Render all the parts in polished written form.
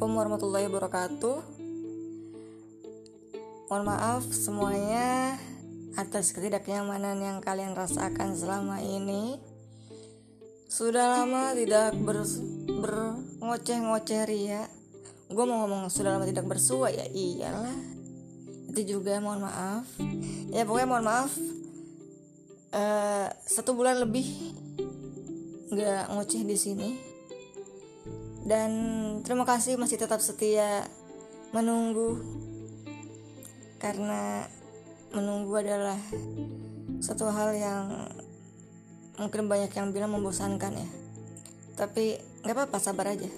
Assalamualaikum warahmatullahi wabarakatuh. Mohon maaf semuanya atas ketidaknyamanan yang kalian rasakan selama ini. Sudah lama tidak berngoceh-ngoceh ria. Gue mau ngomong sudah lama tidak bersua, ya iyalah. Itu juga mohon maaf. Ya pokoknya mohon maaf. 1 bulan lebih nggak ngoceh di sini. Dan terima kasih masih tetap setia menunggu, karena menunggu adalah satu hal yang mungkin banyak yang bilang membosankan ya, tapi gak apa-apa, sabar aja.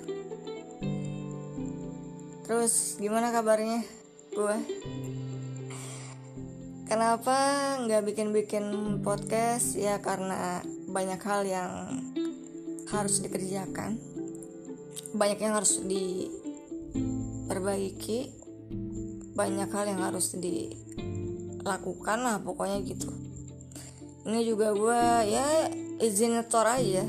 Terus gimana kabarnya gue? Kenapa gak bikin podcast? Ya karena banyak hal yang harus dikerjakan, banyak yang harus diperbaiki, banyak hal yang harus dilakukan lah pokoknya gitu. Ini juga gue ya izin nyetor aja.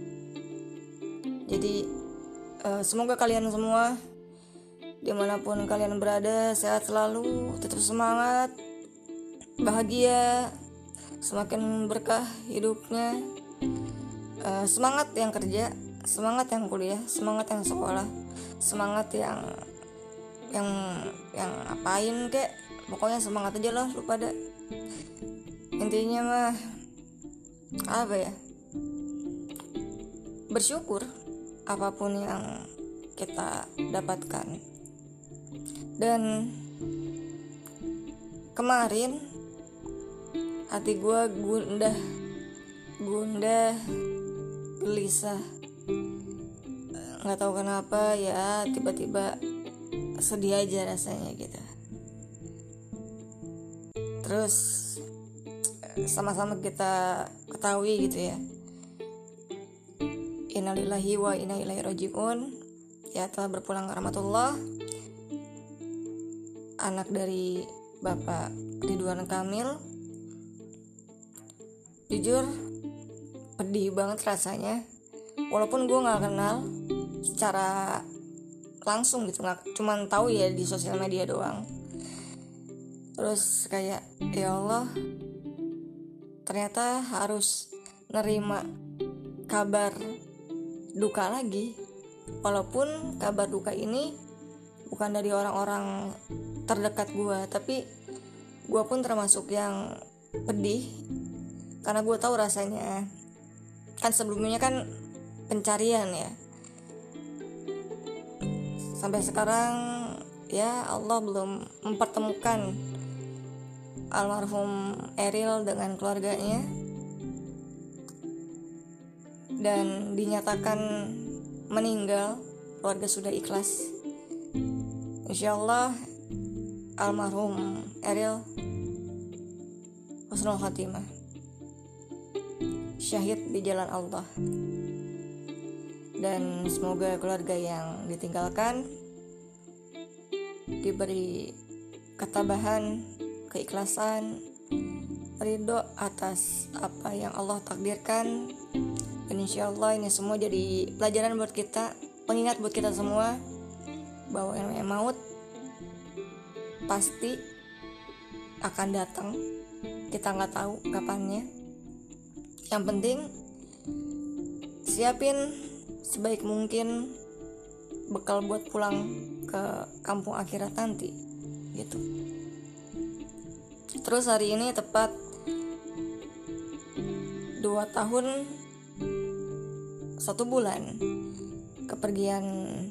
Jadi semoga kalian semua dimanapun kalian berada sehat selalu, tetap semangat, bahagia, semakin berkah hidupnya. Semangat yang kerja, semangat yang kuliah, semangat yang sekolah, semangat yang apain kek, pokoknya semangat aja lah lu pada. Intinya mah apa ya, bersyukur apapun yang kita dapatkan. Dan kemarin hati gue gundah, gelisah, nggak tahu kenapa ya, tiba-tiba sedih aja rasanya gitu. Terus sama-sama kita ketahui gitu ya, innalillahi wa inna ilaihi rajiun, ya telah berpulang ke rahmatullah anak dari Bapak Ridwan Kamil. Jujur pedih banget rasanya, walaupun gue nggak kenal secara langsung gitu, nggak, cuman tahu ya di sosial media doang. Terus kayak ya Allah, ternyata harus nerima kabar duka lagi, walaupun kabar duka ini bukan dari orang-orang terdekat gue, tapi gue pun termasuk yang pedih, karena gue tahu rasanya. Kan sebelumnya kan pencarian ya, sampai sekarang ya Allah belum mempertemukan almarhum Eril dengan keluarganya, dan dinyatakan meninggal. Keluarga sudah ikhlas. Insyaallah almarhum Eril husnul khatimah, syahid di jalan Allah. Dan semoga keluarga yang ditinggalkan diberi ketabahan, keikhlasan, ridho atas apa yang Allah takdirkan. Dan insyaallah ini semua jadi pelajaran buat kita, pengingat buat kita semua, bahwa yang namanya maut pasti akan datang. Kita gak tahu kapannya. Yang penting siapin sebaik mungkin bekal buat pulang ke kampung akhirat nanti gitu. Terus hari ini tepat 2 tahun 1 bulan kepergian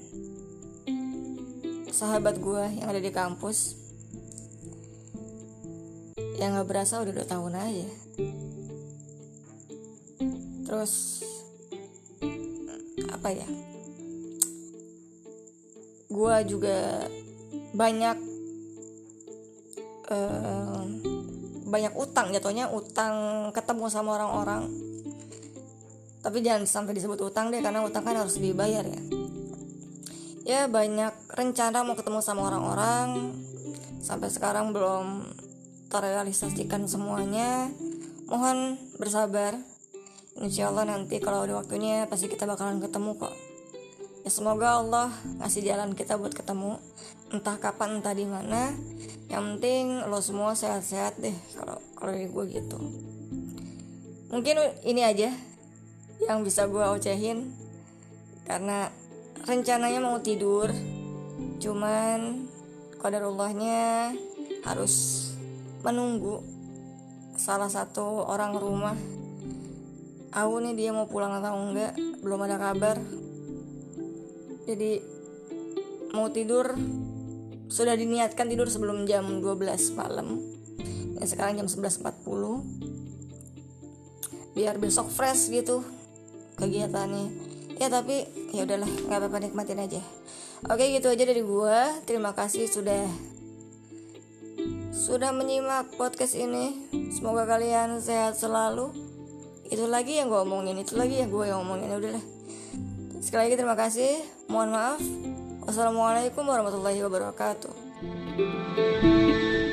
sahabat gue yang ada di kampus, yang gak berasa udah 2 tahun aja. Terus apa ya, gue juga banyak utang, jatuhnya utang ketemu sama orang-orang. Tapi jangan sampai disebut utang deh, karena utang kan harus dibayar ya. Ya banyak rencana mau ketemu sama orang-orang, sampai sekarang belum terrealisasikan semuanya. Mohon bersabar. Insyaallah nanti kalau ada waktunya pasti kita bakalan ketemu kok. Ya Ya semoga Allah ngasih jalan kita buat ketemu, entah kapan entah di mana. Yang penting lo semua sehat-sehat deh, kalau dari gue gitu. Mungkin ini aja yang bisa gue ocehin, karena rencananya mau tidur, cuman qadarullahnya harus menunggu salah satu orang rumah. Aku nih dia mau pulang atau enggak, belum ada kabar. Jadi mau tidur, sudah diniatkan tidur sebelum jam 12 malam. Ya sekarang jam 11.40, biar besok fresh gitu kegiatannya. Ya tapi ya udahlah, nggak apa-apa, nikmatin aja. Oke, gitu aja dari gua. Terima kasih sudah menyimak podcast ini. Semoga kalian sehat selalu. Itu lagi yang gue omongin, itu lagi yang gue omongin. Udahlah. Sekali lagi terima kasih. Mohon maaf. Wassalamualaikum warahmatullahi wabarakatuh.